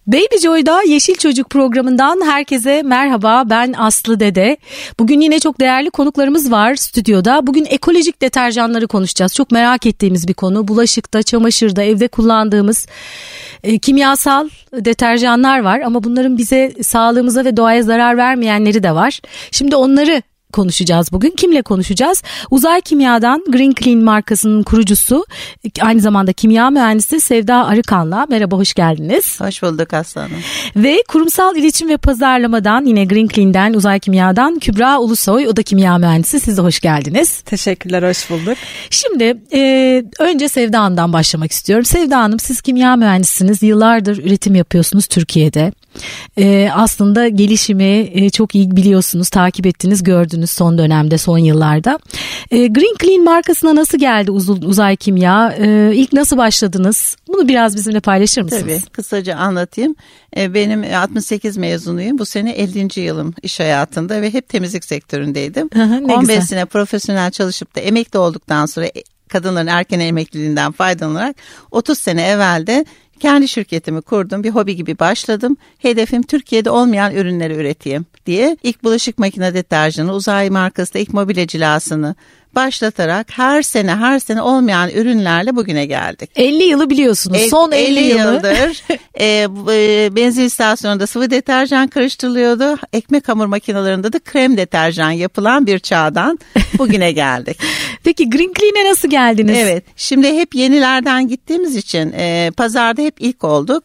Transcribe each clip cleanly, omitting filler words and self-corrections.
Baby Joy'da Yeşil Çocuk programından herkese merhaba, ben Aslı Dede. Bugün yine çok değerli konuklarımız var stüdyoda. Bugün ekolojik deterjanları konuşacağız. Çok merak ettiğimiz bir konu. Bulaşıkta, çamaşırda, evde kullandığımız kimyasal deterjanlar var. Ama bunların bize, sağlığımıza ve doğaya zarar vermeyenleri de var. Şimdi onları konuşacağız bugün. Kimle konuşacağız? Uzay Kimya'dan Green Clean markasının kurucusu, aynı zamanda kimya mühendisi Sevda Arıkan'la. Merhaba, hoş geldiniz. Hoş bulduk Aslanım. Ve kurumsal iletişim ve pazarlamadan, yine Green Clean'den, Uzay Kimya'dan Kübra Ulusoy. O da kimya mühendisi. Siz de hoş geldiniz. Teşekkürler, hoş bulduk. Şimdi önce Sevda Hanım'dan başlamak istiyorum. Sevda Hanım, siz kimya mühendisiniz. Yıllardır üretim yapıyorsunuz Türkiye'de. Aslında gelişimi çok iyi biliyorsunuz, takip ettiniz, gördünüz son dönemde, son yıllarda. Green Clean markasına nasıl geldi Uzay Kimya? İlk nasıl başladınız? Bunu biraz bizimle paylaşır mısınız? Tabii, kısaca anlatayım. Benim 68 mezunuyum. Bu sene 50. yılım iş hayatında ve hep temizlik sektöründeydim. 15 güzel. sene profesyonel çalışıp da emekli olduktan sonra kadınların erken emekliliğinden faydalanarak 30 sene evvel de kendi şirketimi kurdum. Bir hobi gibi başladım. Hedefim Türkiye'de olmayan ürünleri üreteyim diye. İlk bulaşık makine deterjanı, Uzay markası da ilk mobilya cilasını başlatarak her sene olmayan ürünlerle bugüne geldik. 50 yılı biliyorsunuz. Son 50 yıldır benzin istasyonunda sıvı deterjan karıştırılıyordu. Ekmek hamur makinelerinde de krem deterjan yapılan bir çağdan bugüne geldik. Peki Green Clean'e nasıl geldiniz? Evet, şimdi hep yenilerden gittiğimiz için pazarda hep ilk olduk.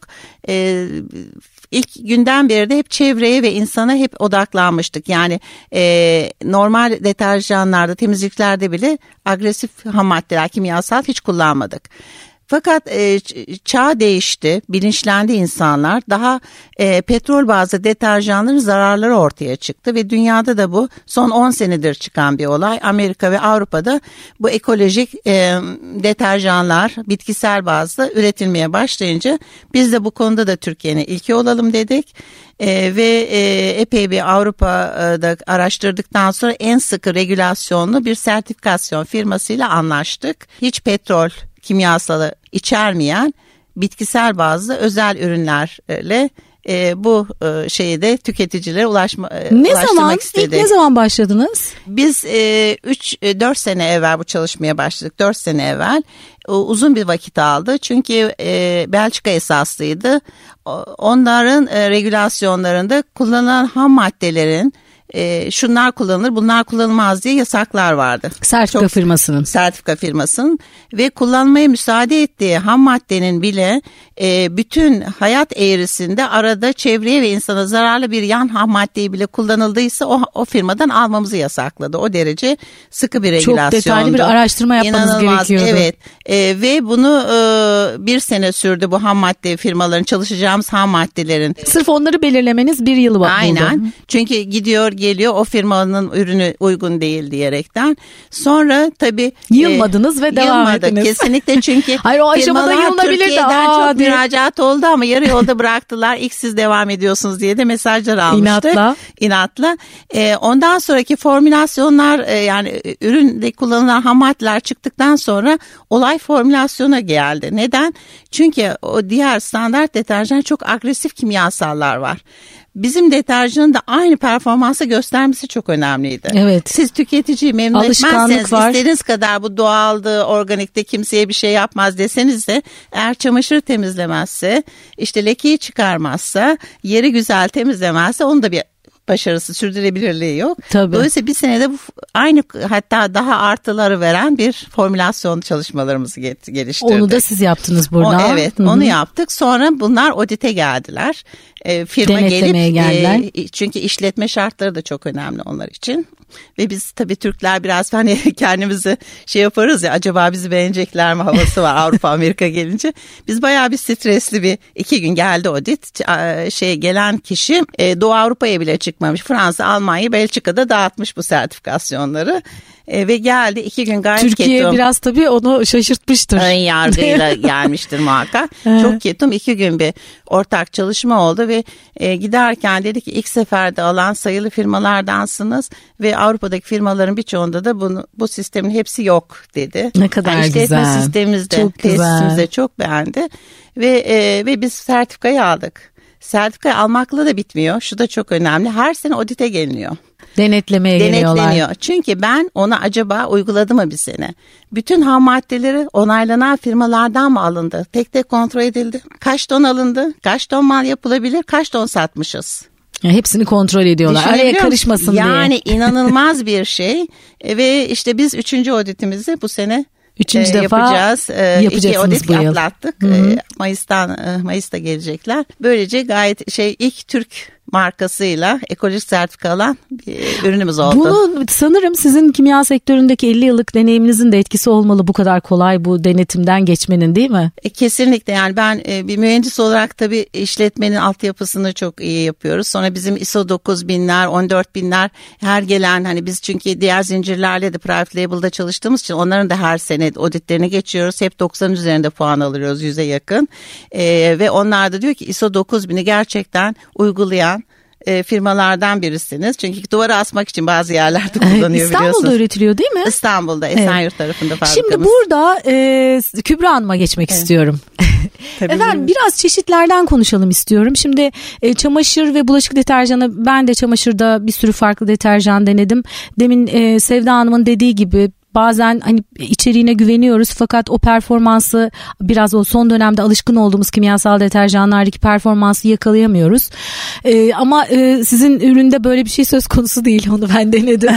İlk günden beri de hep çevreye ve insana hep odaklanmıştık. Yani normal deterjanlarda, temizliklerde bile agresif ham maddeler, kimyasal hiç kullanmadık. Fakat çağ değişti, bilinçlendi insanlar. Daha petrol bazlı deterjanların zararları ortaya çıktı ve dünyada da bu son 10 senedir çıkan bir olay. Amerika ve Avrupa'da bu ekolojik deterjanlar bitkisel bazlı üretilmeye başlayınca biz de bu konuda da Türkiye'nin ilki olalım dedik. Ve epey bir Avrupa'da araştırdıktan sonra en sıkı regülasyonlu bir sertifikasyon firmasıyla anlaştık. Hiç petrol kimyasalı içermeyen bitkisel bazlı özel ürünlerle bu şeyi de tüketicilere ulaştırmak istedik. İlk ne zaman başladınız? Biz 4 sene evvel bu çalışmaya başladık. 4 sene evvel. Uzun bir vakit aldı. Çünkü Belçika esaslıydı. Onların regülasyonlarında kullanılan ham maddelerin şunlar kullanılır, bunlar kullanılmaz diye yasaklar vardı. Sertifika firmasının ve kullanmaya müsaade ettiği ham maddenin bile bütün hayat eğrisinde arada çevreye ve insana zararlı bir yan ham maddeyi bile kullanıldıysa o firmadan almamızı yasakladı. O derece sıkı bir regülasyondu. Çok detaylı bir araştırma yapmanız gerekiyordu. Evet. Ve bunu bir sene sürdü bu ham madde firmaların, çalışacağımız ham maddelerin. Sırf onları belirlemeniz bir yılı buldu. Aynen. Çünkü gidiyor geliyor o firmanın ürünü uygun değil diyerekten. Sonra tabii yılmadınız ve devam ettiniz. Kesinlikle, çünkü hayır, o aşamada yılınabilir Türkiye'den çok müracaat oldu ama yarı yolda bıraktılar. İlk siz devam ediyorsunuz diye de mesajlar almıştık. İnatla. Ondan sonraki formülasyonlar, yani üründe kullanılan ham maddeler çıktıktan sonra olay formülasyona geldi. Neden? Çünkü o diğer standart deterjan çok agresif kimyasallar var. Bizim deterjanın da aynı performansı göstermesi çok önemliydi. Evet. Siz tüketiciyi memnun etmezseniz, istediğiniz kadar bu doğaldı, organikte, kimseye bir şey yapmaz deseniz de, eğer çamaşır temizlemezse, işte lekeyi çıkarmazsa, yeri güzel temizlemezse, onun da bir başarısı, sürdürülebilirliği yok. Tabii. Dolayısıyla bir senede bu aynı, hatta daha artıları veren bir formülasyon çalışmalarımızı geliştirdik. Onu da siz yaptınız burada. Evet, onu yaptık. Sonra bunlar audite geldiler. Firma denetlemeye geldiler. Çünkü işletme şartları da çok önemli onlar için. Ve biz tabii Türkler biraz hani kendimizi şey yaparız ya, acaba bizi beğenecekler mi havası var Avrupa Amerika gelince. Biz bayağı bir stresli bir 2 gün geldi audit. Gelen kişi Doğu Avrupa'ya bile çıkmamış. Fransa, Almanya, Belçika'da dağıtmış bu sertifikasyonları. Ve geldi 2 gün gayet Türkiye ketum. biraz tabii onu şaşırtmıştır. Ön yargıyla gelmiştir muhakkak. Çok ketum, 2 gün bir ortak çalışma oldu ve giderken dedi ki ilk seferde alan sayılı firmalardansınız ve Avrupa'daki firmaların birçoğunda da bu sistemin hepsi yok dedi. Ne kadar yani güzel. Sistemimizde, çok tesisimizde çok beğendi ve biz sertifikayı aldık. sertifika almakla da bitmiyor. Şu da çok önemli. Her sene audite geliniyor. Denetlemeye geliyorlar. Denetleniyor. Çünkü ben ona acaba uyguladı mı bir sene? Bütün ham maddeleri onaylanan firmalardan mı alındı? Tek tek kontrol edildi. Kaç ton alındı? Kaç ton mal yapılabilir? Kaç ton satmışız? Ya hepsini kontrol ediyorlar. Araya karışmasın diye. Yani inanılmaz bir şey. Ve işte biz 3. auditimizi bu sene yapacağız. 2 audit atlattık. Mayıs'ta gelecekler. Böylece gayet ilk Türk markasıyla ekolojik sertifika alan bir ürünümüz oldu. Bunu sanırım sizin kimya sektöründeki 50 yıllık deneyiminizin de etkisi olmalı bu kadar kolay bu denetimden geçmenin, değil mi? Kesinlikle, yani ben bir mühendis olarak tabii işletmenin altyapısını çok iyi yapıyoruz. Sonra bizim ISO 9000'ler, 14000'ler her gelen, hani biz çünkü diğer zincirlerle de private label'da çalıştığımız için onların da her sene auditlerini geçiyoruz. Hep 90 üzerinde puan alıyoruz, 100'e yakın. Ve onlar da diyor ki ISO 9000'i gerçekten uygulayan firmalardan birisiniz. Çünkü duvara asmak için bazı yerlerde kullanıyor, biliyorsunuz. İstanbul'da üretiliyor değil mi? İstanbul'da, Esenyurt tarafında fabrikamız. Şimdi burada Kübra Hanım'a geçmek istiyorum. Efendim biraz çeşitlerden konuşalım istiyorum. Şimdi çamaşır ve bulaşık deterjanı, ben de çamaşırda bir sürü farklı deterjan denedim. Demin Sevda Hanım'ın dediği gibi bazen hani içeriğine güveniyoruz fakat o performansı, biraz o son dönemde alışkın olduğumuz kimyasal deterjanlardaki performansı yakalayamıyoruz. Ama sizin üründe böyle bir şey söz konusu değil, onu ben denedim.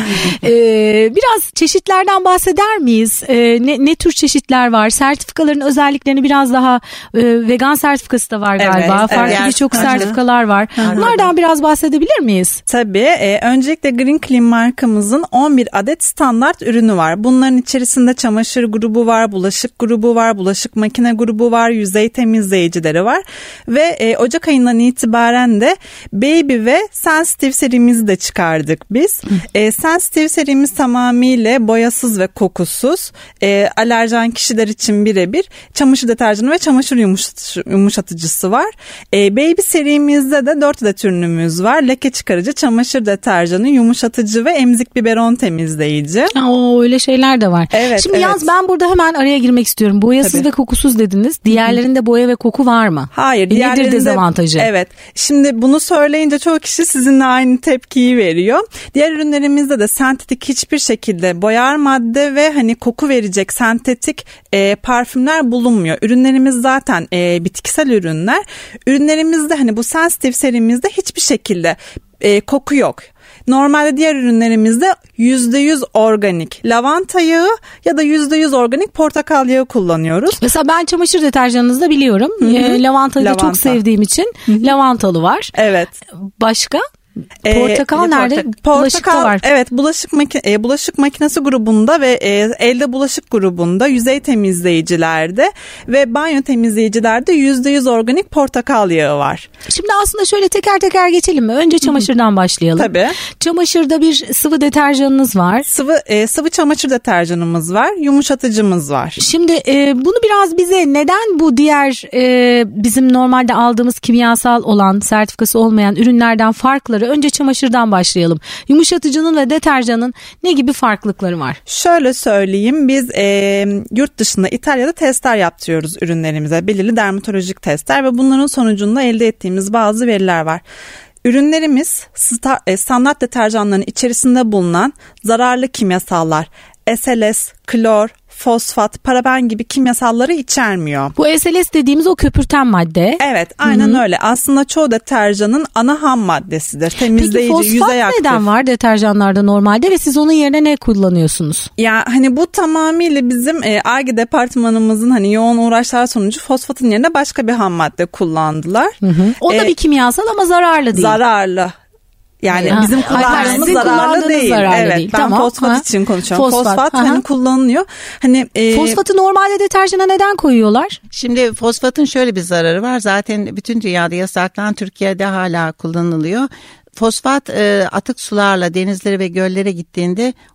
Biraz çeşitlerden bahseder miyiz? Ne tür çeşitler var? Sertifikaların özelliklerini biraz daha, vegan sertifikası da var galiba. Evet, farklı birçok sertifikalar var. Bunlardan biraz bahsedebilir miyiz? Tabii. Öncelikle Green Clean markamızın 11 adet standart ürünü var. Bunların içerisinde çamaşır grubu var, bulaşık grubu var, bulaşık makine grubu var, yüzey temizleyicileri var ve Ocak ayından itibaren de Baby ve Sensitive serimizi de çıkardık biz. Sensitive serimiz tamamıyla boyasız ve kokusuz, alerjen kişiler için birebir çamaşır deterjanı ve çamaşır yumuşatıcısı var. Baby serimizde de 4 adet ürünümüz var. Leke çıkarıcı, çamaşır deterjanı, yumuşatıcı ve emzik biberon temizleyici. Öyle şeyler de var. Evet, şimdi yalnız ben burada hemen araya girmek istiyorum. Boyasız ve kokusuz dediniz. Diğerlerinde boya ve koku var mı? Hayır. Nedir dezavantajı? Evet. Şimdi bunu söyleyince çoğu kişi sizinle aynı tepkiyi veriyor. Diğer ürünlerimizde de sentetik hiçbir şekilde boyar madde ve hani koku verecek sentetik parfümler bulunmuyor. Ürünlerimiz zaten bitkisel ürünler. Ürünlerimizde hani bu sensitive serimizde hiçbir şekilde koku yok. Normalde diğer ürünlerimizde %100 organik lavanta yağı ya da %100 organik portakal yağı kullanıyoruz. Mesela ben çamaşır deterjanınızda biliyorum. Lavantayı da çok sevdiğim için lavantalı var. Evet. Başka? Portakal nerede? Bulaşıkta var. Evet, bulaşık makinesi grubunda ve elde bulaşık grubunda, yüzey temizleyicilerde ve banyo temizleyicilerde %100 organik portakal yağı var. Şimdi aslında şöyle teker teker geçelim mi? Önce çamaşırdan başlayalım. Tabii. Çamaşırda bir sıvı deterjanınız var. Sıvı çamaşır deterjanımız var. Yumuşatıcımız var. Şimdi bunu biraz bize, neden bu diğer bizim normalde aldığımız kimyasal olan, sertifikası olmayan ürünlerden farkları? Önce çamaşırdan başlayalım. Yumuşatıcının ve deterjanın ne gibi farklılıkları var? Şöyle söyleyeyim, biz yurt dışında, İtalya'da testler yaptırıyoruz ürünlerimize. Belirli dermatolojik testler ve bunların sonucunda elde ettiğimiz bazı veriler var. Ürünlerimiz standart deterjanların içerisinde bulunan zararlı kimyasallar, SLS, klor, fosfat, paraben gibi kimyasalları içermiyor. Bu SLS dediğimiz o köpürten madde. Evet, aynen öyle. Aslında çoğu deterjanın ana ham maddesidir. Temizleyici, yüzey aktif. Peki fosfat neden var deterjanlarda normalde ve siz onun yerine ne kullanıyorsunuz? Ya hani bu tamamıyla bizim Ar-Ge departmanımızın hani yoğun uğraşlar sonucu fosfatın yerine başka bir ham madde kullandılar. O da bir kimyasal ama zararlı değil. Zararlı. Yani bizim kullandığımız zararlı değil. Evet, değil. Ben fosfat için konuşuyorum. Fosfat hani kullanılıyor. Hani fosfatı normalde deterjana neden koyuyorlar? Şimdi fosfatın şöyle bir zararı var. Zaten bütün dünyada yasaklanan, Türkiye'de hala kullanılıyor. Fosfat atık sularla denizlere ve göllere gittiğinde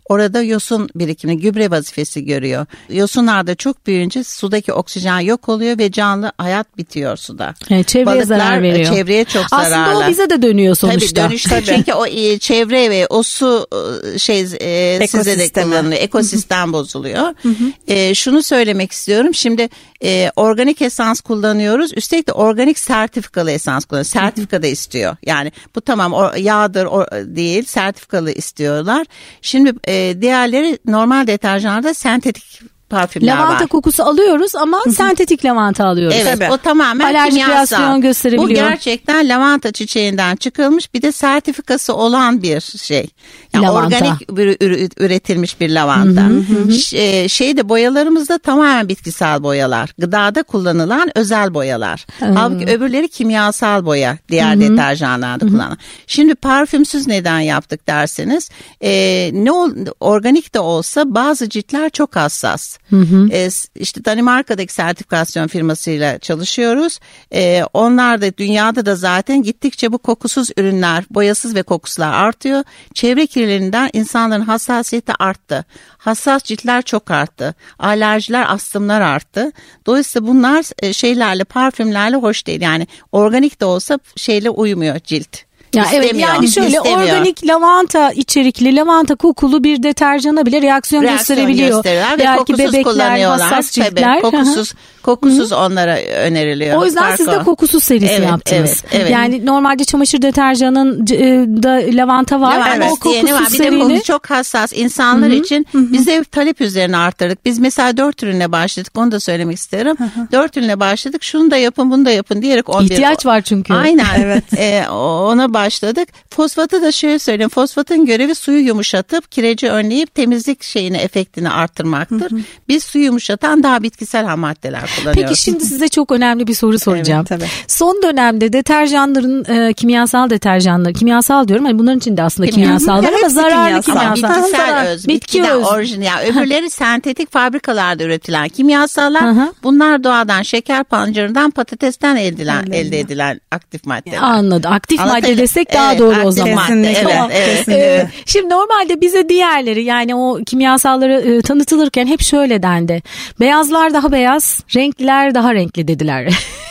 orada yosun birikimi, gübre vazifesi görüyor. Yosunlar da çok büyüyünce sudaki oksijen yok oluyor ve canlı hayat bitiyor suda. Çevreye Balıklar, zarar veriyor. Çevreye çok zararlı. Aslında o bize de dönüyor sonuçta. Tabii dönüşte çünkü o çevre ve o su size de kullanılıyor. Ekosistem bozuluyor. Şunu söylemek istiyorum. Şimdi organik esans kullanıyoruz. Üstelik de organik sertifikalı esans kullanıyoruz. Sertifika da istiyor. Yani bu tamam yağdır değil, sertifikalı istiyorlar. Şimdi diğerleri normal deterjanlarda sentetik parfümler lavanta var. kokusu alıyoruz ama sentetik lavanta alıyoruz. Evet, tabii. o tamamen alerjik kimyasal. reaksiyon gösterebiliyor. Bu gerçekten lavanta çiçeğinden çıkılmış, bir de sertifikası olan bir şey. Yani Lavanta. organik üretilmiş bir lavanta. Şeyde boyalarımızda tamamen bitkisel boyalar. Gıdada kullanılan özel boyalar. Halbuki öbürleri kimyasal boya. Diğer deterjanlarda kullanılan. Şimdi parfümsüz neden yaptık derseniz, organik de olsa bazı ciltler çok hassas. İşte Danimarka'daki sertifikasyon firmasıyla çalışıyoruz. Onlar da dünyada da zaten gittikçe bu kokusuz ürünler, boyasız ve kokusuzlar artıyor. Çevre kirliliğinden insanların hassasiyeti arttı. Hassas ciltler çok arttı. Alerjiler, astımlar arttı. Dolayısıyla bunlar şeylerle, parfümlerle hoş değil. Yani organik de olsa şeyle uymuyor cilt. Ya evet, yani şöyle organik lavanta içerikli, lavanta kokulu bir deterjana bile reaksiyon gösterebiliyor. Belki bebekler, hassas ciltler. Kokusuz onlara öneriliyor. O yüzden siz de kokusuz serisi yaptınız. Evet. Yani normalde çamaşır deterjanının da lavanta var ama o kokusuz var. Bir de konu çok hassas insanlar için biz de talep üzerine arttırdık. Biz mesela 4 ürüne başladık, onu da söylemek isterim. 4 ürüne başladık, şunu da yapın, bunu da yapın diyerek 11. İhtiyaç var çünkü. Aynen. Evet. Ona başladık. Fosfatı da şöyle söyleyeyim. Fosfatın görevi suyu yumuşatıp kireci önleyip temizlik efektini arttırmaktır. Biz suyu yumuşatan daha bitkisel ham maddeler kullanıyoruz. Peki şimdi size çok önemli bir soru soracağım. Evet, tabii. Son dönemde deterjanların kimyasal deterjanlar, kimyasal diyorum hani bunların içinde aslında kimyasal var ama zararlı kimyasal. Ama bitkisel öz, bitkiden orijinal. Öbürleri sentetik fabrikalarda üretilen kimyasallar. Bunlar doğadan, şeker pancarından, patatesten elde edilen aktif maddeler. Anladım. Aktif madde desek daha doğru o zaman. Kesinlikle. Şimdi normalde bize diğerleri, yani o kimyasalları tanıtılırken hep şöyle dendi. Beyazlar daha beyaz, renkliler daha renkli dediler.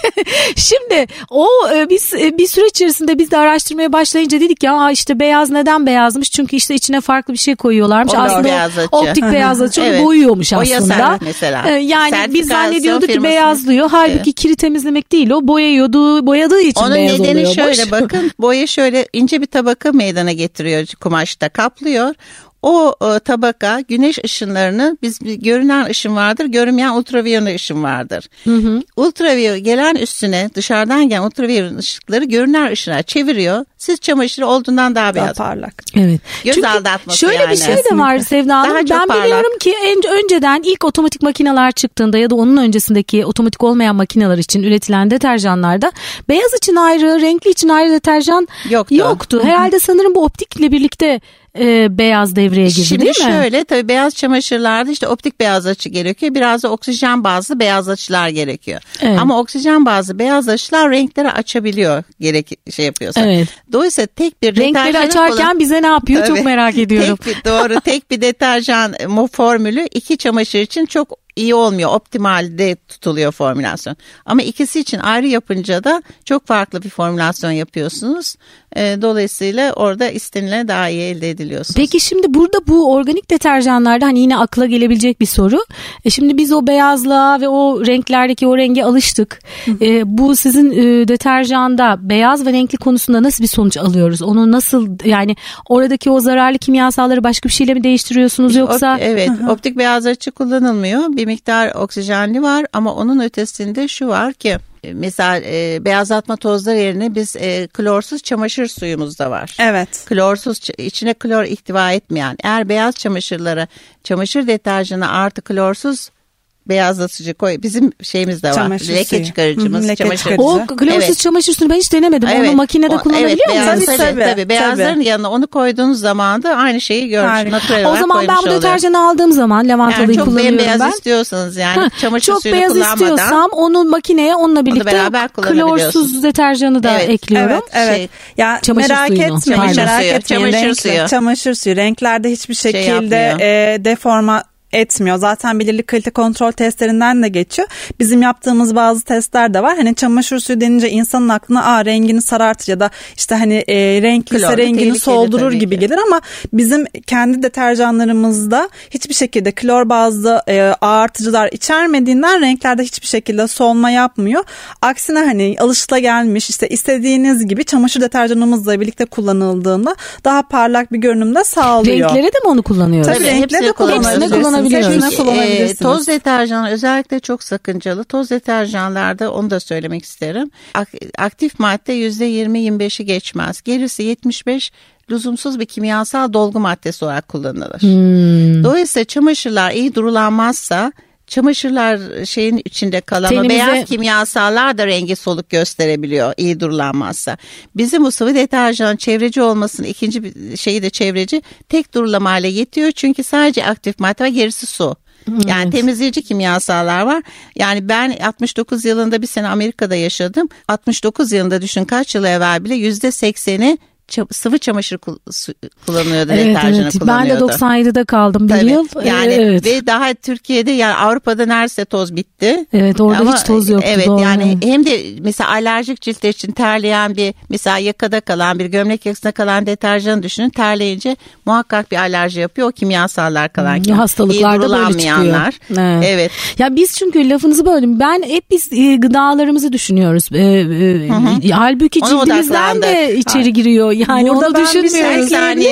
Şimdi o biz bir süreç içerisinde biz de araştırmaya başlayınca dedik ya işte beyaz neden beyazmış? Çünkü işte içine farklı bir şey koyuyorlarmış. Aslında optik beyazlatıcı boyuyormuş aslında. Mesela. Yani biz zannediyorduk ki beyazlıyor. Halbuki kiri temizlemek değil, o boyadığı için onun beyaz oluyormuş. Onun nedeni şöyle, bakın boya şöyle ince bir tabaka meydana getiriyor, kumaşta kaplıyor. O tabaka güneş ışınlarını, biz görünen ışın vardır, görünmeyen ultraviyole ışın vardır. Ultraviyole gelen üstüne, dışarıdan gelen ultraviyole ışıkları görünen ışına çeviriyor. Siz çamaşırı olduğundan daha beyaz. Daha parlak. Evet. Göz çünkü aldatması şöyle yani. Bir şey de var Sevda Hanım. Ben biliyorum ki önceden ilk otomatik makineler çıktığında ya da onun öncesindeki otomatik olmayan makineler için üretilen deterjanlarda beyaz için ayrı, renkli için ayrı deterjan yoktu. Herhalde sanırım bu optikle birlikte beyaz devreye girdi. Şimdi değil mi? Şimdi şöyle, tabii beyaz çamaşırlarda işte optik beyazlatıcı gerekiyor. Biraz da oksijen bazlı beyazlatıcılar gerekiyor. Evet. Ama oksijen bazlı beyazlatıcılar renkleri açabiliyor, yapıyorsa. Evet. Dolayısıyla tek bir renkleri açarken bize ne yapıyor, tabii, çok merak ediyorum. Tek bir deterjan formülü iki çamaşır için çok iyi olmuyor. Optimalde tutuluyor formülasyon. Ama ikisi için ayrı yapınca da çok farklı bir formülasyon yapıyorsunuz. Dolayısıyla orada istenilene daha iyi elde ediliyorsunuz. Peki şimdi burada bu organik deterjanlarda hani yine akla gelebilecek bir soru. Şimdi biz o beyazlığa ve o renklerdeki o renge alıştık. Bu sizin deterjanda beyaz ve renkli konusunda nasıl bir sonuç alıyoruz? Onu nasıl, yani oradaki o zararlı kimyasalları başka bir şeyle mi değiştiriyorsunuz yoksa? Evet, optik beyazlatıcı kullanılmıyor. Bir miktar oksijenli var ama onun ötesinde şu var ki mesela beyazlatma tozları yerine biz klorsuz çamaşır suyumuz da var. Evet. Klorsuz, içine klor ihtiva etmeyen, eğer beyaz çamaşırlara çamaşır deterjanı artı klorsuz beyazlatıcı koy. Bizim şeyimiz de var. Çamaşır Leke suyu. çıkarıcımız. Leke Çamaşır. çıkarıcı. O klorsuz çamaşır suyunu ben hiç denemedim. Onu makinede kullanabiliyor muyuz? Tabii. Beyazların yanına onu koyduğunuz zaman da aynı şeyi görmüş. Natural o zaman ben bu deterjanı aldığım zaman lavantalıyı yani kullanıyorum ben. Çok beyaz istiyorsanız yani çamaşır çok suyunu beyaz kullanmadan. istiyorsam onu makineye onunla birlikte klorsuz deterjanı da ekliyorum. Evet. Ya merak etmeyin. Çamaşır suyu renklerde hiçbir şekilde deforma etmiyor. Zaten belirli kalite kontrol testlerinden de geçiyor. Bizim yaptığımız bazı testler de var. Hani çamaşır suyu denince insanın aklına rengini sarartır ya da işte hani renkliyse rengini soldurur gibi gelir ama bizim kendi deterjanlarımızda hiçbir şekilde klor bazlı ağartıcılar içermediğinden renklerde hiçbir şekilde solma yapmıyor. Aksine hani alışılagelmiş işte istediğiniz gibi çamaşır deterjanımızla birlikte kullanıldığında daha parlak bir görünüm de sağlıyor. Renklere de mi onu kullanıyoruz? Tabii renklere de kullanabilirsiniz. Toz deterjan özellikle çok sakıncalı. Toz deterjanlarda onu da söylemek isterim. Aktif madde %20-25'i geçmez. Gerisi 75 lüzumsuz bir kimyasal dolgu maddesi olarak kullanılır. Dolayısıyla çamaşırlar iyi durulanmazsa çamaşırlar şeyin içinde kalan o beyaz kimyasallar da rengi soluk gösterebiliyor iyi durulanmazsa. Bizim bu sıvı deterjanın çevreci olmasının ikinci bir şeyi de çevreci tek durulamayla yetiyor. Çünkü sadece aktif madde ve gerisi su. Yani temizleyici kimyasallar var. Yani ben 69 yılında bir sene Amerika'da yaşadım. 69 yılında düşün kaç yıl evvel bile %80'i sıvı çamaşır kullanıyordu, deterjanı kullanıyordu. Ben de 97'de kaldım bir yıl. Yani ve daha Türkiye'de yani Avrupa'da neredeyse toz bitti. Evet, orada ama hiç toz yoktu. Evet doğru. yani hem de mesela alerjik ciltler için terleyen bir mesela yakada kalan bir gömlek yakasında kalan deterjanı düşünün. Terleyince muhakkak bir alerji yapıyor. O kimyasallar kalan hastalıklar da böyle çıkıyor. Evet. Ya biz çünkü lafınızı böldüm. Biz gıdalarımızı düşünüyoruz. Halbuki cildimizden de içeri giriyor. Yani burada onu düşünmüyoruz.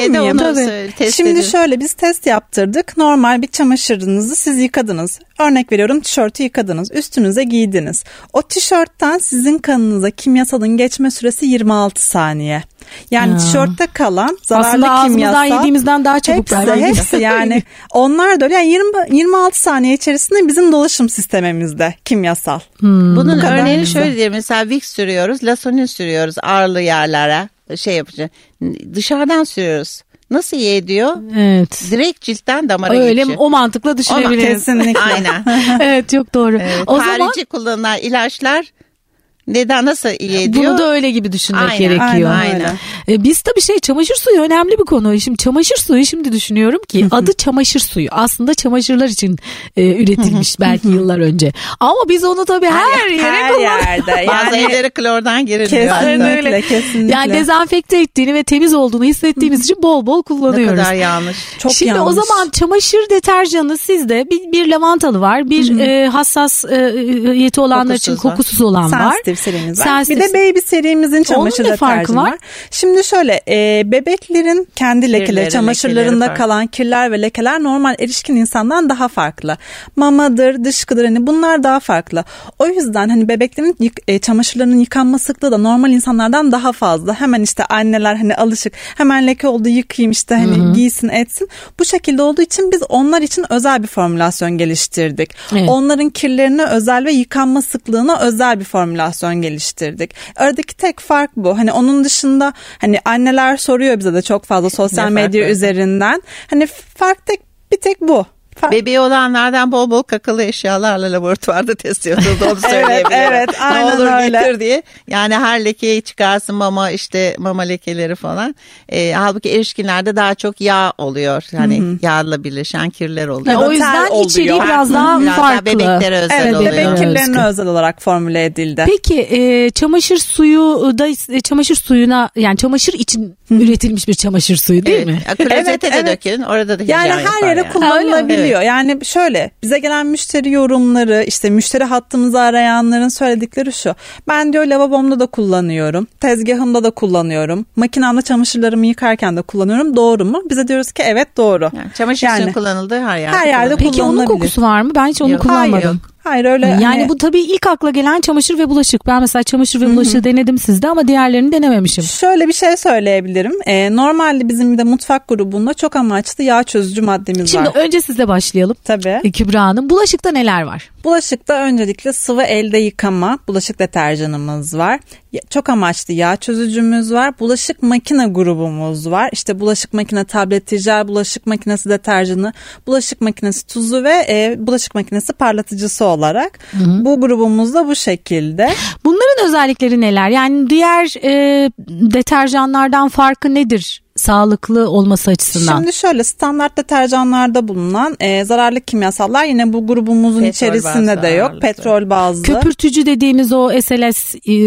Şimdi şöyle biz test yaptırdık. Normal bir çamaşırınızı siz yıkadınız. Örnek veriyorum, tişörtü yıkadınız. Üstünüze giydiniz. O tişörtten sizin kanınıza kimyasalın geçme süresi 26 saniye. Yani tişörtte kalan zararlı aslında kimyasal. Aslında yediğimizden daha çabuk. Hepsi yani. Onlar da öyle. Yani 26 saniye içerisinde bizim dolaşım sistemimizde kimyasal. Bunun örneğini şöyle diyelim. Mesela Vicks sürüyoruz, Lasonin sürüyoruz ağırlı yerlere. Yapacağız. Dışarıdan sürüyoruz. Nasıl iyi ediyor? Evet. Direkt ciltten damara geçiyor. geçiyor. O mantıkla düşünebiliriz. Kesinlikle. Aynen. Evet, çok doğru. Harici kullanılan ilaçlar neden nasıl iyi ediyor? Bunu da öyle gibi düşünmek gerekiyor. Aynen. Biz tabii çamaşır suyu önemli bir konu. Şimdi çamaşır suyu düşünüyorum ki adı çamaşır suyu. Aslında çamaşırlar için üretilmiş belki yıllar önce. Ama biz onu tabii her yere kullanıyoruz. Bazı evlere klordan giriliyor. Kesinlikle. Yani dezenfekte ettiğini ve temiz olduğunu hissettiğimiz için bol bol kullanıyoruz. Ne kadar yanlış. Çok Şimdi yanlış. o zaman çamaşır deterjanı sizde bir lavantalı var. Bir hassasiyeti olanlar için kokusuz olan var. Serimiz var. Bir de Baby serimizin çamaşır deterjanı var. Şimdi şöyle bebeklerin kendi lekeleri, çamaşırlarında kalan kirler ve lekeler normal erişkin insandan daha farklı. Mamadır, dışkıdır, hani bunlar daha farklı. O yüzden hani bebeklerin çamaşırlarının yıkanma sıklığı da normal insanlardan daha fazla. Hemen işte anneler hani alışık, hemen leke oldu yıkayayım işte hani giysin etsin. Bu şekilde olduğu için biz onlar için özel bir formülasyon geliştirdik. Evet. Onların kirlerine özel ve yıkanma sıklığına özel bir formülasyon geliştirdik. Aradaki tek fark bu. Hani onun dışında hani anneler soruyor bize de çok fazla sosyal medya üzerinden. Hani fark bir tek bu. Bebeği olanlardan bol bol kakalı eşyalarla laboratuvarda test yapıldı. Onu söyleyebilirim. Evet, aynen ne olur öyle. getir diye. Yani her lekeyi çıkarsın mama lekeleri falan. Halbuki erişkinlerde daha çok yağ oluyor. Yani yağla birleşen kirler oluyor. O yüzden içeriği biraz daha farklı. Bebeklere özel oluyor. Bebek kirlerine özel olarak formüle edildi. Peki çamaşır suyuna yani çamaşır için üretilmiş bir çamaşır suyu değil mi? Klozete de dökün. Orada da yani her yere kullanılabiliyor. Yani şöyle bize gelen müşteri yorumları, işte müşteri hattımızı arayanların söyledikleri şu. Ben diyor lavabomda da kullanıyorum, tezgahımda da kullanıyorum, makinemde çamaşırlarımı yıkarken de kullanıyorum. Doğru mu? Bize diyoruz ki evet doğru. Yani çamaşır suyu kullanıldığı her yerde. Her yerde kullanılabilir. Peki onun kokusu var mı? Ben hiç onu kullanmadım. Hayır öyle. Yani hani... bu tabii ilk akla gelen çamaşır ve bulaşık. Ben mesela çamaşır ve bulaşığı denedim sizde ama diğerlerini denememişim. Şöyle bir şey söyleyebilirim. Normalde bizim de mutfak grubunda çok amaçlı yağ çözücü maddemiz var. Şimdi önce sizle başlayalım. Tabii. Kübra Hanım, bulaşıkta neler var? Bulaşıkta öncelikle sıvı elde yıkama bulaşık deterjanımız var. Çok amaçlı yağ çözücümüz var. Bulaşık makine grubumuz var. İşte bulaşık makine tableti, jel, bulaşık makinesi deterjanı, bulaşık makinesi tuzu ve bulaşık makinesi parlatıcısı olarak. Bu grubumuz da bu şekilde. Bunların özellikleri neler? Yani diğer deterjanlardan farkı nedir? Sağlıklı olması açısından. Şimdi şöyle, standart deterjanlarda bulunan zararlı kimyasallar yine bu grubumuzun petrol içerisinde de yok. Petrol bazlı. Köpürtücü dediğimiz o SLS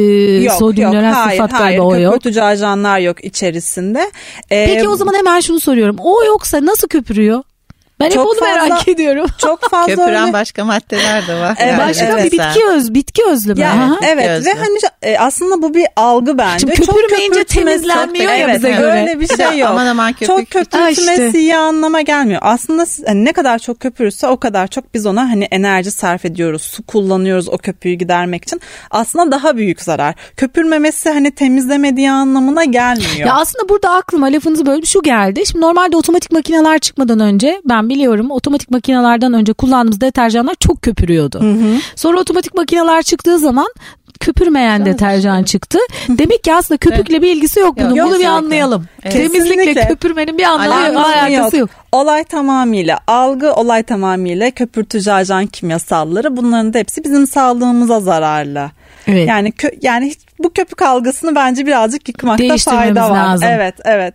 sodyum lören sülfat galiba o yok. Köpürtücü ajanlar yok içerisinde. Peki o zaman hemen şunu soruyorum. O yoksa nasıl köpürüyor? Ben hep onu merak ediyorum. Çok fazla köpüren başka maddeler de var. Yani başka bir bitki özlü mü? Evet özlü. Ve hani aslında bu bir algı bence. Şimdi köpürmeyince temizlenmiyor ya bize göre. Öyle bir şey yok. Aman çok köpürtmesi iyi anlama gelmiyor. Aslında hani ne kadar çok köpürürse o kadar çok biz ona hani enerji sarf ediyoruz. Su kullanıyoruz o köpüğü gidermek için. Aslında daha büyük zarar. Köpürmemesi hani temizlemediği anlamına gelmiyor. Ya aslında burada aklıma lafınızı bölüp şu geldi. Şimdi normalde otomatik makineler çıkmadan önce ben biliyorum otomatik makinelerden önce kullandığımız deterjanlar çok köpürüyordu. Sonra otomatik makineler çıktığı zaman köpürmeyen deterjan çıktı. Demek ki aslında köpükle bir ilgisi yok bunun. Bunu bir anlayalım. Temizlikle köpürmenin bir alakası yok. Olay tamamıyla algı, olay tamamıyla köpürtücü ajan kimyasalları. Bunların da hepsi bizim sağlığımıza zararlı. Evet. Yani bu köpük algısını bence birazcık yıkmakta fayda var. Lazım. Evet.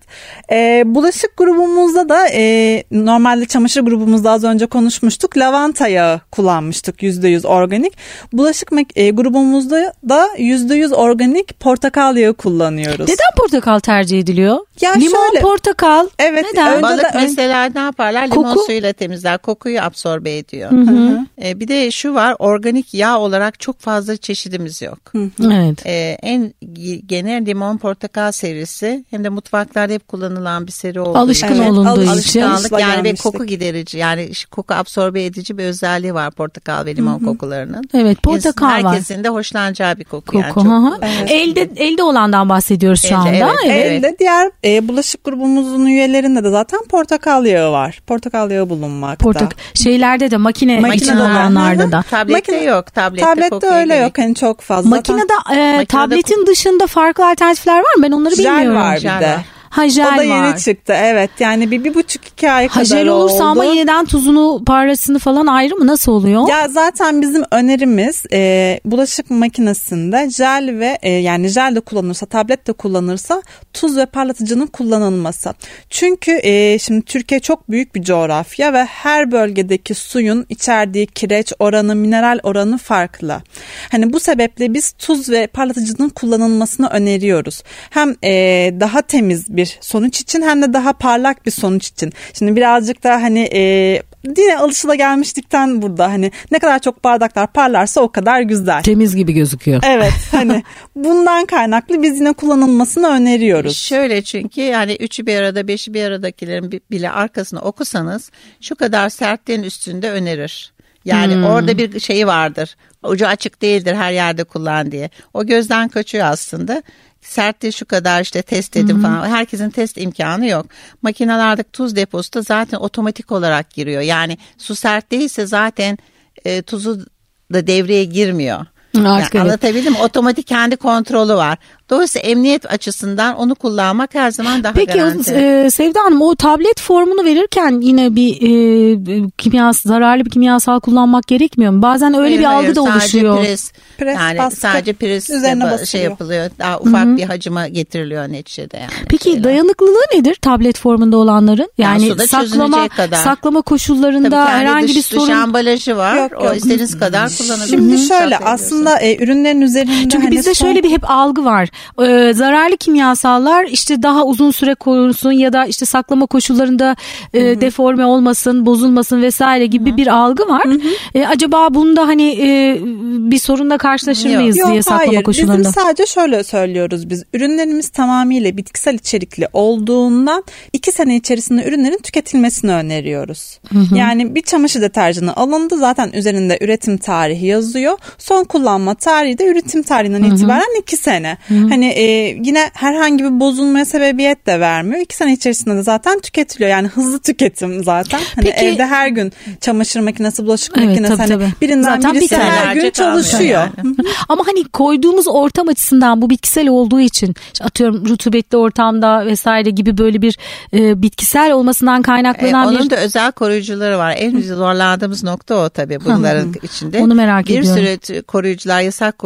Bulaşık grubumuzda da normalde çamaşır grubumuzda az önce konuşmuştuk. Lavanta yağı kullanmıştık %100 organik. Bulaşık grubumuzda da %100 organik portakal yağı kullanıyoruz. Neden portakal tercih ediliyor? Ya limon, şöyle, portakal. Evet. Neden? Balık mesela ne yaparlar? Limon suyuyla temizler. Kokuyu absorbe ediyor. Bir de şu var, organik yağ olarak çok fazla çeşidimiz yok. Evet. En genel limon portakal serisi, hem de mutfaklarda hep kullanılan bir seri olduğu alışkın olunduğu için. Alışkanlık yani ve koku giderici, yani koku absorbe edici bir özelliği var portakal ve limon kokularının. Evet, portakal var. Herkesin de hoşlanacağı bir koku. Yani çok, elde olandan bahsediyoruz şu anda. Elde diğer bulaşık grubumuzun üyelerinde de zaten portakal yağı var. Portakal yağı bulunmakta. Şeylerde de makinede olanlarda da. Tablette yok. Tablette öyle yok. Yani çok fazla. Makinede tabletin dışında farklı alternatifler var mı? Ben onları bilmiyorum. Jel var bir de. Jel o da yeni var. Çıktı evet, yani 1,5-2 ay kadar oldu. Jel olursa ama yeniden tuzunu, parasını falan ayrı mı, nasıl oluyor? Ya zaten bizim önerimiz bulaşık makinesinde jel ve yani jel de kullanırsa, tablet de kullanırsa tuz ve parlatıcının kullanılması. Çünkü şimdi Türkiye çok büyük bir coğrafya ve her bölgedeki suyun içerdiği kireç oranı, mineral oranı farklı. Hani bu sebeple biz tuz ve parlatıcının kullanılmasını öneriyoruz. Hem daha temiz bir sonuç için hem de daha parlak bir sonuç için. Şimdi birazcık da hani yine alışılagelmişlikten burada hani ne kadar çok bardaklar parlarsa o kadar güzel. Temiz gibi gözüküyor. Evet, hani bundan kaynaklı biz yine kullanılmasını öneriyoruz. Şöyle, çünkü yani 3'ü bir arada 5'i bir aradakilerin bile arkasını okusanız şu kadar sertliğin üstünde önerir. Yani orada bir şey vardır. Ucu açık değildir, her yerde kullan diye. O gözden kaçıyor aslında. Sertliği şu kadar, işte test edin falan. Herkesin test imkanı yok. Makinelerdeki tuz deposu da zaten otomatik olarak giriyor. Yani su sert değilse zaten tuzu da devreye girmiyor. Yani anlatabildim mi? Otomatik kendi kontrolü var. Dolayısıyla emniyet açısından onu kullanmak her zaman daha garanti. Peki Sevda Hanım, o tablet formunu verirken yine bir zararlı bir kimyasal kullanmak gerekmiyor mu? Bazen öyle bir algı da oluşuyor. Pres yani baskı, sadece pres üzerine şey yapılıyor. Daha ufak bir hacıma getiriliyor neticede yani. Peki dayanıklılığı nedir tablet formunda olanların? Yani saklama koşullarında herhangi bir sorun. Dış ambalajı var. Yok. O istediğiniz kadar kullanabilirsiniz. Şimdi şöyle, aslında aslında ürünlerin üzerinde çünkü hani bizde şöyle bir hep algı var. Zararlı kimyasallar işte daha uzun süre korusun ya da işte saklama koşullarında deforme olmasın, bozulmasın vesaire gibi bir algı var. Acaba bunda hani bir sorunla karşılaşır mıyız diye saklama hayır. koşullarında? Bizim sadece şöyle söylüyoruz biz. Ürünlerimiz tamamıyla bitkisel içerikli olduğundan 2 sene içerisinde ürünlerin tüketilmesini öneriyoruz. Yani bir çamaşır deterjanı alındı, zaten üzerinde üretim tarihi yazıyor. Son kullanma tarihi de üretim tarihinden itibaren 2 sene. Hani yine herhangi bir bozulmaya sebebiyet de vermiyor. 2 sene içerisinde de zaten tüketiliyor. Yani hızlı tüketim zaten. Hani peki, evde her gün çamaşır makinesi, bulaşık makinesi tabii. Birinden zaten birisi her gün çalışıyor. Yani. Ama hani koyduğumuz ortam açısından bu bitkisel olduğu için işte atıyorum rutubetli ortamda vesaire gibi böyle bir bitkisel olmasından kaynaklanan onun da özel koruyucuları var. En zorlandığımız nokta o tabii bunların içinde. Onu merak ediyorum. Bir sürü koruyucular,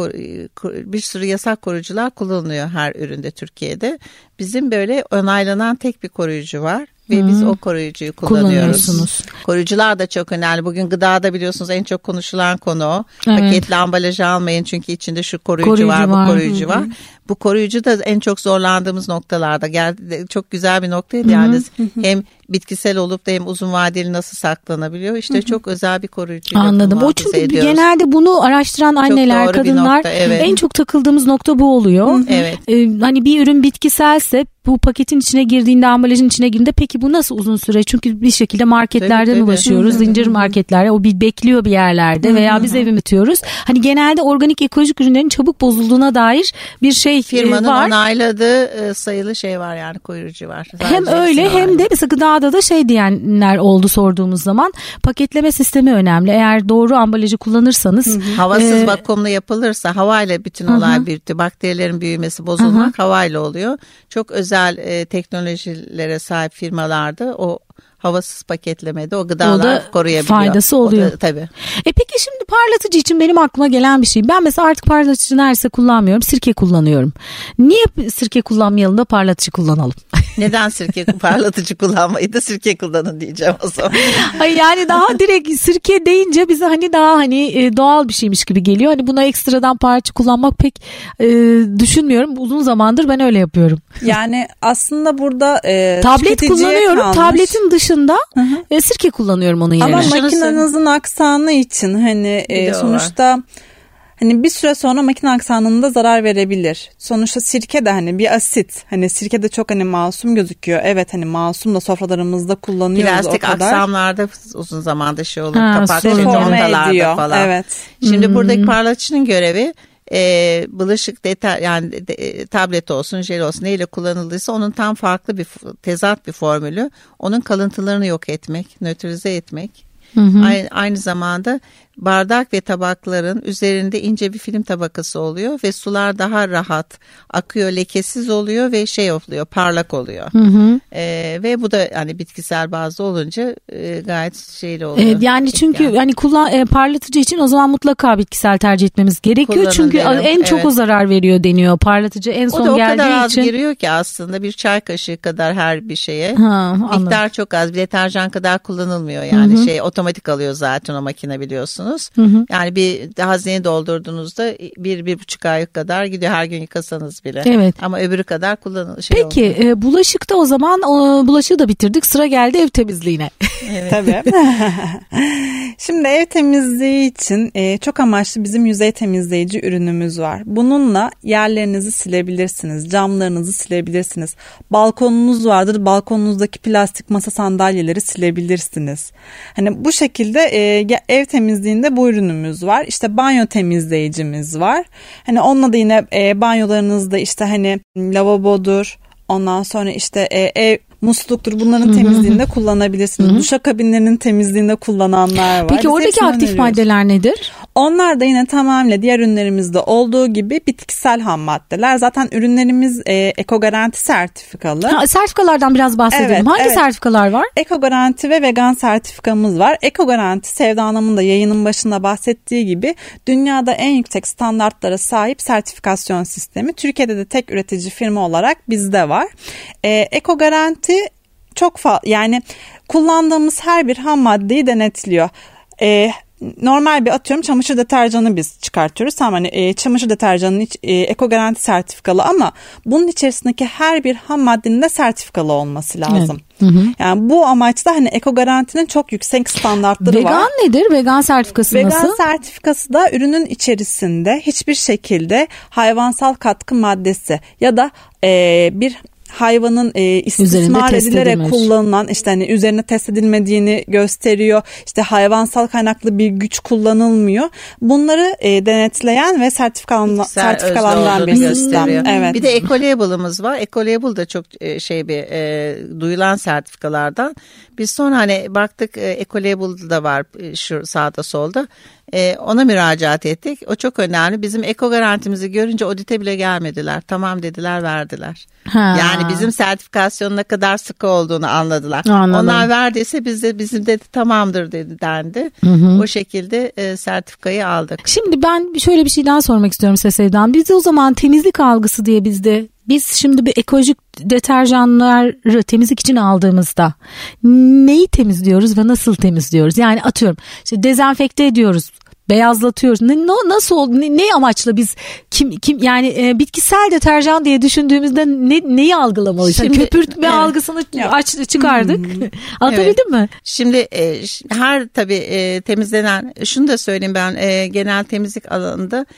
bir sürü yasak koruyucular kullanılıyor her üründe Türkiye'de. Bizim böyle onaylanan tek bir koruyucu var. Ve biz o koruyucuyu kullanıyoruz. Koruyucular da çok önemli. Bugün gıdada biliyorsunuz en çok konuşulan konu o. Evet. Paketli ambalajı almayın çünkü içinde şu koruyucu var, bu koruyucu var. Bu koruyucu da en çok zorlandığımız noktalarda geldi. Çok güzel bir noktaydı yani. Hem bitkisel olup da hem uzun vadeli nasıl saklanabiliyor. İşte çok özel bir koruyucu. Anladım. O çünkü genelde bunu araştıran anneler, kadınlar en çok takıldığımız nokta bu oluyor. Evet. Hani bir ürün bitkiselse bu paketin içine girdiğinde, ambalajın içine girdiğinde peki bu nasıl uzun süre? Çünkü bir şekilde marketlerden ulaşıyoruz. Zincir marketlerde. O bir bekliyor bir yerlerde veya biz üretiyoruz. Hani genelde organik ekolojik ürünlerin çabuk bozulduğuna dair bir şey firmanın var. onayladığı sayılı şey var yani koruyucu var. Sadece hem öyle hem de mesela gıdada da şey diyenler oldu sorduğumuz zaman paketleme sistemi önemli. Eğer doğru ambalajı kullanırsanız. Havasız vakumlu yapılırsa havayla bütün olay birlikte bakterilerin büyümesi bozulmak havayla oluyor. Çok özel teknolojilere sahip firmalarda o havasız paketlemede o gıdalar koruyabiliyor. Faydası oluyor. Tabii. Peki şimdi parlatıcı için benim aklıma gelen bir şey. Ben mesela artık parlatıcı neredeyse kullanmıyorum. Sirke kullanıyorum. Niye sirke kullanmayalım da parlatıcı kullanalım? Neden parlatıcı kullanmayı da sirke kullanın diyeceğim o zaman. Ay yani daha direkt sirke deyince bize hani daha hani doğal bir şeymiş gibi geliyor. Hani buna ekstradan parlatıcı kullanmak pek düşünmüyorum. Uzun zamandır ben öyle yapıyorum. Yani aslında burada tablet kullanıyorum. Tabletin dışında sirke kullanıyorum onun yerine. Ama makinenizin aksanı için hani sonuçta hani bir süre sonra makine aksanında zarar verebilir. Sonuçta sirke de hani bir asit. Hani sirke de çok hani masum gözüküyor. Evet hani masum da sofralarımızda kullanıyoruz plastik o kadar. Plastik aksamlarda uzun zamanda şey olur. Kapak contalarda falan. Evet. Şimdi buradaki parlatıcının görevi bulaşık tablet olsun, jel olsun neyle kullanıldıysa onun tam farklı bir tezat bir formülü. Onun kalıntılarını yok etmek, nötralize etmek. Aynı zamanda bardak ve tabakların üzerinde ince bir film tabakası oluyor ve sular daha rahat akıyor, lekesiz oluyor ve şey oluyor, parlak oluyor. Ve bu da hani bitkisel bazlı olunca gayet şeyli oluyor. Yani çünkü hani parlatıcı için o zaman mutlaka bitkisel tercih etmemiz gerekiyor. Çünkü en çok o zarar veriyor deniyor. Parlatıcı en son geldiği için. O da o kadar az giriyor ki aslında bir çay kaşığı kadar her bir şeye. Miktar çok az. Bir deterjan kadar kullanılmıyor yani otomatik alıyor zaten o makine biliyorsunuz. Yani bir hazneye doldurduğunuzda 1-1,5 ay kadar gidiyor her gün yıkasanız bile. Evet. Ama öbürü kadar Peki bulaşıkta o zaman bulaşığı da bitirdik. Sıra geldi ev temizliğine. Evet. Tabii. Şimdi ev temizliği için çok amaçlı bizim yüzey temizleyici ürünümüz var. Bununla yerlerinizi silebilirsiniz, camlarınızı silebilirsiniz. Balkonunuz vardır, balkonunuzdaki plastik masa sandalyeleri silebilirsiniz. Hani bu şekilde ev temizliğinde bu ürünümüz var. İşte banyo temizleyicimiz var. Hani onunla da yine banyolarınızda işte hani lavabodur, ondan sonra işte ev musluktur, bunların temizliğinde kullanabilirsiniz. Duşakabinlerinin temizliğinde kullananlar var. Peki oradaki aktif maddeler nedir? Onlar da yine tamamıyla diğer ürünlerimizde olduğu gibi bitkisel ham maddeler. Zaten ürünlerimiz ekogaranti sertifikalı. Sertifikalardan biraz bahsedelim. Evet, hangi sertifikalar var? Ekogaranti ve vegan sertifikamız var. Ekogaranti, Sevda Hanım'ın da yayının başında bahsettiği gibi dünyada en yüksek standartlara sahip sertifikasyon sistemi. Türkiye'de de tek üretici firma olarak bizde var. Ekogaranti çok yani kullandığımız her bir ham maddeyi denetliyor. normal bir atıyorum çamaşır deterjanı biz çıkartıyoruz. Tamam hani çamaşır deterjanının eko garanti sertifikalı ama bunun içerisindeki her bir ham maddenin de sertifikalı olması lazım. Evet. Yani bu amaçla hani eko garantinin çok yüksek standartları var. Vegan nedir? Vegan sertifikası nasıl? Vegan sertifikası da ürünün içerisinde hiçbir şekilde hayvansal katkı maddesi ya da bir hayvanın istismar edilerek kullanılan işte hani üzerine test edilmediğini gösteriyor. İşte hayvansal kaynaklı bir güç kullanılmıyor. Bunları denetleyen ve sertifikalandıran bir sistem. Evet. Bir de Ecolabel'ımız var. Ecolabel da çok duyulan sertifikalardan. Biz sonra hani baktık Ecolabel da var şu sağda solda. Ona müracaat ettik. O çok önemli. Bizim eko garantimizi görünce audite bile gelmediler. Tamam dediler, verdiler. Yani bizim sertifikasyonun ne kadar sıkı olduğunu anladılar. Anladım. Onlar verdiyse bizim dedi tamamdır dendi. O şekilde sertifikayı aldık. Şimdi ben şöyle bir şey daha sormak istiyorum Sevda'm. Bizde o zaman temizlik algısı diye biz şimdi bir ekolojik deterjanları temizlik için aldığımızda neyi temizliyoruz ve nasıl temizliyoruz? Yani atıyorum işte dezenfekte ediyoruz, beyazlatıyoruz. Nasıl oldu? Ne amaçla biz kim yani bitkisel deterjan diye düşündüğümüzde neyi algılamalıyız? Şimdi, köpürtme algısını çıkardık. Anlatabildim mi? Şimdi her tabii temizlenen, şunu da söyleyeyim ben genel temizlik alanında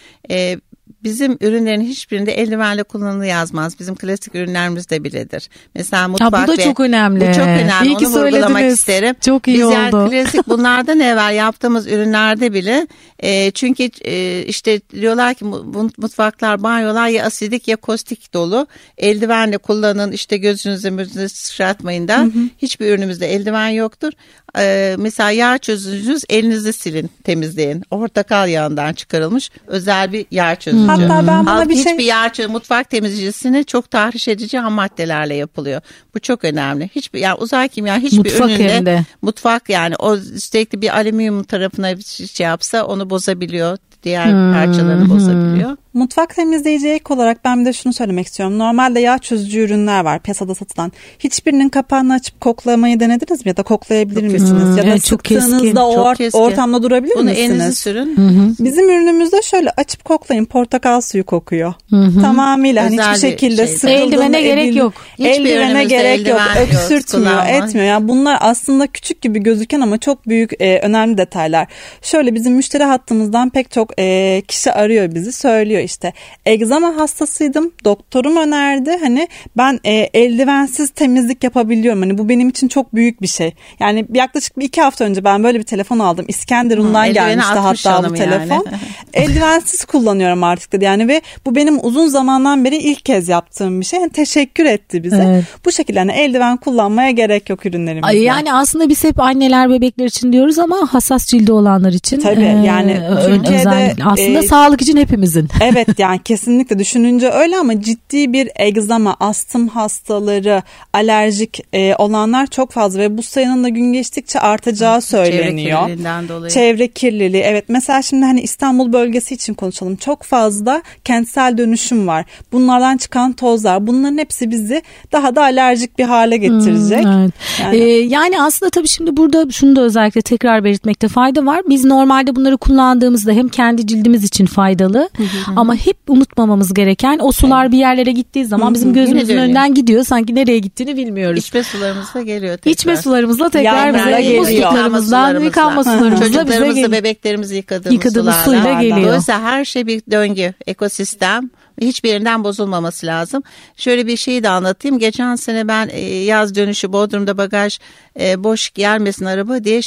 bizim ürünlerin hiçbirinde eldivenle kullanılı yazmaz. Bizim klasik ürünlerimizde biledir. Mesela mutfak bu da çok önemli. Bu çok önemli. İyi ki onu vurgulamak söylediniz. isterim. Çok iyi biz oldu. Yani klasik bunlardan evvel yaptığımız ürünlerde bile çünkü işte diyorlar ki mutfaklar, banyolar ya asidik ya kostik dolu. Eldivenle kullanın, işte gözünüzü sıçratmayın da. Hiçbir ürünümüzde eldiven yoktur. Mesela yağ çözücünüz, elinizi silin, temizleyin. Portakal yağından çıkarılmış özel bir yağ çözücü. Hatta ben buna hiçbir yağ mutfak temizleyicisini çok tahriş edici ham maddelerle yapılıyor. Bu çok önemli. Hiçbir yani uzay kimya hiçbir üründe mutfak yani o sürekli bir alüminyum tarafına şey yapsa onu bozabiliyor. Diğer parçalarını bozabiliyor. Mutfak temizleyici ek olarak ben bir de şunu söylemek istiyorum. Normalde yağ çözücü ürünler var piyasada satılan. Hiçbirinin kapağını açıp koklamayı denediniz mi? Ya da koklayabilir misiniz? Ya da sıktığınızda ortamda durabilir misiniz? Bunu elinizi sürün. Bizim ürünümüzde şöyle açıp koklayın. Portakal suyu kokuyor. Tamamıyla hani hiçbir şekilde sıkıldığında eldivene gerek yok. Eldivene gerek yok. Öksürtmüyor, etmiyor. Yani bunlar aslında küçük gibi gözüken ama çok büyük önemli detaylar. Şöyle bizim müşteri hattımızdan pek çok kişi arıyor bizi, söylüyor işte egzama hastasıydım, doktorum önerdi, hani ben eldivensiz temizlik yapabiliyorum, hani bu benim için çok büyük bir şey. Yani yaklaşık 2 hafta önce ben böyle bir telefon aldım, İskenderun'dan gelmişti hatta bu telefon. Yani. Eldivensiz kullanıyorum artık dedi yani ve bu benim uzun zamandan beri ilk kez yaptığım bir şey. Yani teşekkür etti bize. Evet. Bu şekilde hani eldiven kullanmaya gerek yok ürünlerimizde. Yani aslında biz hep anneler bebekler için diyoruz ama hassas cildi olanlar için. Tabii yani Türkiye'de aslında sağlık için hepimizin. Evet yani kesinlikle düşününce öyle ama ciddi bir egzama, astım hastaları, alerjik olanlar çok fazla ve bu sayının da gün geçtikçe artacağı söyleniyor. Çevre kirliliğinden dolayı. Çevre kirliliği, evet, mesela şimdi hani İstanbul bölgesi için konuşalım. Çok fazla kentsel dönüşüm var. Bunlardan çıkan tozlar, bunların hepsi bizi daha da alerjik bir hale getirecek. Evet. Yani aslında tabii şimdi burada şunu da özellikle tekrar belirtmekte fayda var. Biz normalde bunları kullandığımızda hem kendi cildimiz için faydalı ama hep unutmamamız gereken o sular bir yerlere gittiği zaman bizim gözümüzün önünden gidiyor. Sanki nereye gittiğini bilmiyoruz. İçme sularımızla geliyor tekrar. İçme sularımızla tekrar bize geliyor. Musluklarımızla, yıkanma sularımızla çocuklarımızı, bebeklerimizi yıkadığımız suyla geliyor. Dolayısıyla her şey bir döngü, ekosistem. Hiçbirinden bozulmaması lazım. Şöyle bir şeyi de anlatayım. Geçen sene ben yaz dönüşü Bodrum'da bagaj boş gelmesin araba diye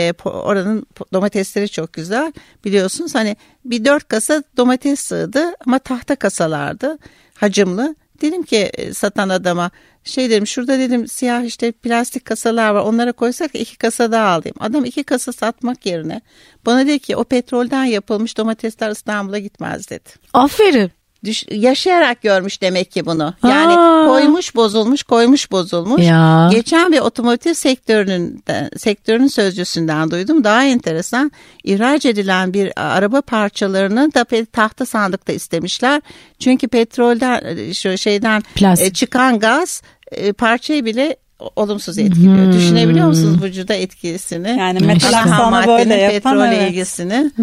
oranın domatesleri çok güzel. Biliyorsunuz hani bir 4 kasa domates sığdı ama tahta kasalardı, hacimli. Dedim ki satan adama dedim şurada dedim siyah işte plastik kasalar var, onlara koysak 2 kasa daha alayım. Adam 2 kasa satmak yerine bana dedi ki o petrolden yapılmış domatesler İstanbul'a gitmez dedi. Aferin. Yaşayarak görmüş demek ki bunu. Yani koymuş bozulmuş. Ya. Geçen bir otomotiv sektörünün sözcüsünden duydum. Daha enteresan, ihraç edilen bir araba parçalarını da tahta sandıkta istemişler. Çünkü petrolden çıkan gaz parçayı bile olumsuz etkiliyor. Düşünebiliyor musunuz vücuda etkisini? Yani metal aksamı böyle yapan, petrol ilgisini.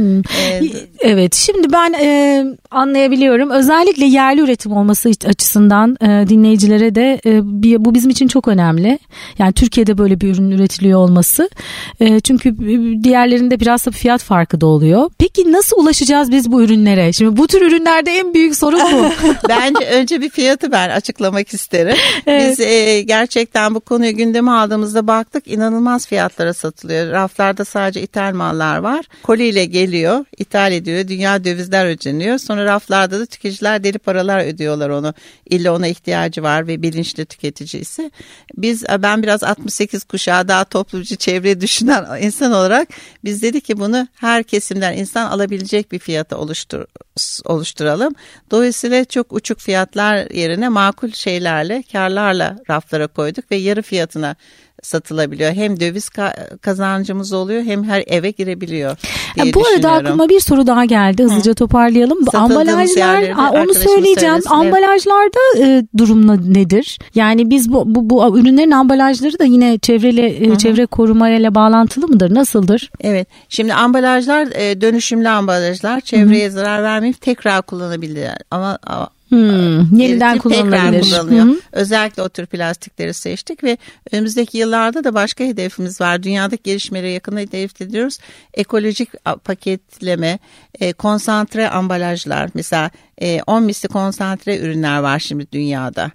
Evet, şimdi ben anlayabiliyorum. Özellikle yerli üretim olması açısından dinleyicilere de bu bizim için çok önemli. Yani Türkiye'de böyle bir ürün üretiliyor olması. Çünkü diğerlerinde biraz da fiyat farkı da oluyor. Peki nasıl ulaşacağız biz bu ürünlere? Şimdi bu tür ürünlerde en büyük sorun bu. Bence önce bir fiyatı ben açıklamak isterim. Evet. Biz gerçekten bu konuyu gündeme aldığımızda baktık, inanılmaz fiyatlara satılıyor. Raflarda sadece ithal mallar var. Koliyle geliyor, ithal ediyor, dünya dövizler ödeniyor. Sonra raflarda da tüketiciler deli paralar ödüyorlar onu. İlla ona ihtiyacı var ve bilinçli tüketicisi. Ben biraz 68 kuşağı daha toplumcu, çevreyi düşünen insan olarak biz dedik ki bunu her kesimden insan alabilecek bir fiyata oluşturalım. Dolayısıyla çok uçuk fiyatlar yerine makul şeylerle, karlarla raflara koyduk ve yarı fiyatına satılabiliyor. Hem döviz kazancımız oluyor hem her eve girebiliyor diye bu arada aklıma bir soru daha geldi. Hızlıca toparlayalım. Ambalajlar, onu söyleyeceğim. Ambalajlarda durum nedir? Yani biz bu ürünlerin ambalajları da yine çevre korumayla bağlantılı mıdır? Nasıldır? Evet. Şimdi ambalajlar dönüşümlü ambalajlar. Çevreye zarar vermeyip tekrar kullanabilirler. Ama yeniden kullanılabilir. Özellikle o tür plastikleri seçtik ve önümüzdeki yıllarda da başka hedefimiz var. Dünyadaki gelişmelere yakın hedef ediyoruz. Ekolojik paketleme, konsantre ambalajlar, mesela 10 misli konsantre ürünler var şimdi dünyada.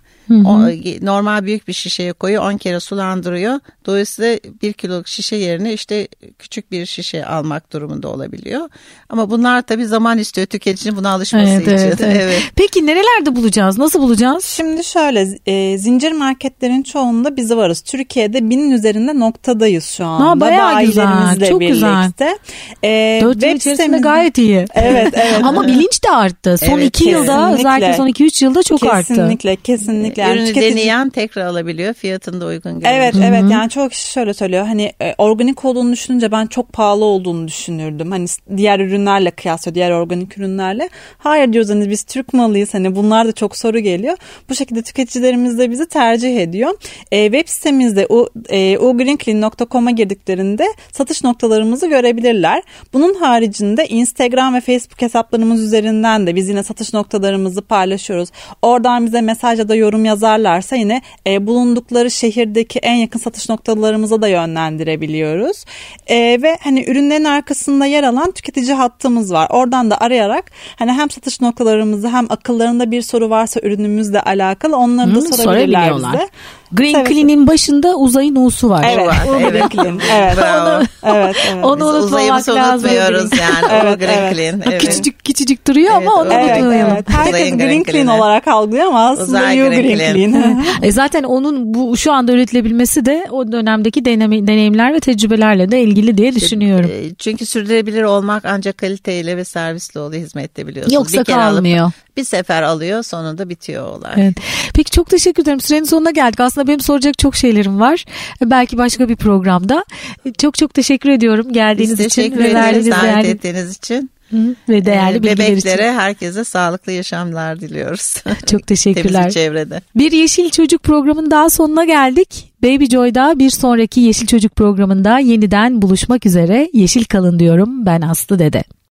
Normal büyük bir şişeye koyuyor, 10 kere sulandırıyor. Dolayısıyla 1 kiloluk şişe yerine işte küçük bir şişe almak durumunda olabiliyor. Ama bunlar tabii zaman istiyor tüketicinin buna alışması için. Evet. Peki nerelerde bulacağız? Nasıl bulacağız? Şimdi şöyle, zincir marketlerin çoğunda biz varız. Türkiye'de 1000'in üzerinde noktadayız şu anda. Bayağı güzel. Çok birlikte. Güzel. 4 yıl içerisinde gayet iyi. Evet. Ama bilinç de arttı. Son 2 yılda, özellikle son 2-3 yılda çok arttı. Kesinlikle. Yani ürünü deneyen tekrar alabiliyor. Fiyatında uygun görünüyor. Evet. Yani çoğu kişi şöyle söylüyor. Hani organik olduğunu düşününce ben çok pahalı olduğunu düşünürdüm. Hani diğer ürünlerle kıyaslıyor. Diğer organik ürünlerle. Hayır diyoruz, hani biz Türk malıyız. Hani bunlar da çok soru geliyor. Bu şekilde tüketicilerimiz de bizi tercih ediyor. Web sitemizde ugrenclean.com'a girdiklerinde satış noktalarımızı görebilirler. Bunun haricinde Instagram ve Facebook hesaplarımız üzerinden de biz yine satış noktalarımızı paylaşıyoruz. Oradan bize mesaj ya da yorum yazarlarsa yine bulundukları şehirdeki en yakın satış noktalarımıza da yönlendirebiliyoruz. Ve hani ürünlerin arkasında yer alan tüketici hattımız var. Oradan da arayarak hani hem satış noktalarımızı hem akıllarında bir soru varsa ürünümüzle alakalı onları da sorabilirler bize. Green Clean'in başında Uzay'ın U'su var. Evet. Evet. Clean. Evet. Bravo. Evet. Onu unutmamak lazım. Unutmuyoruz yani. Green Clean. Evet. Küçücük duruyor ama onu unutmayalım. Evet. Herkes Green Clean olarak algılıyor ama aslında Green Clean. Zaten onun şu anda üretilebilmesi de o dönemdeki deneyimler ve tecrübelerle de ilgili diye düşünüyorum. Çünkü sürdürülebilir olmak ancak kaliteyle ve servisle oluyor, hizmette biliyorsunuz. Yoksa kalmıyor. Bir sefer alıyor, sonunda bitiyor olay. Evet. Peki çok teşekkür ederim. Sürenin sonuna geldik. Aslında benim soracak çok şeylerim var. Belki başka bir programda. Çok teşekkür ediyorum geldiğiniz için ve verdiğiniz davet ettiğiniz için. Ve değerli bilgiler için. Bebeklere herkese sağlıklı yaşamlar diliyoruz. Çok teşekkürler. Temiz çevrede. Bir Yeşil Çocuk programının daha sonuna geldik. Baby Joy'da bir sonraki Yeşil Çocuk programında yeniden buluşmak üzere. Yeşil kalın diyorum. Ben Aslı Dede.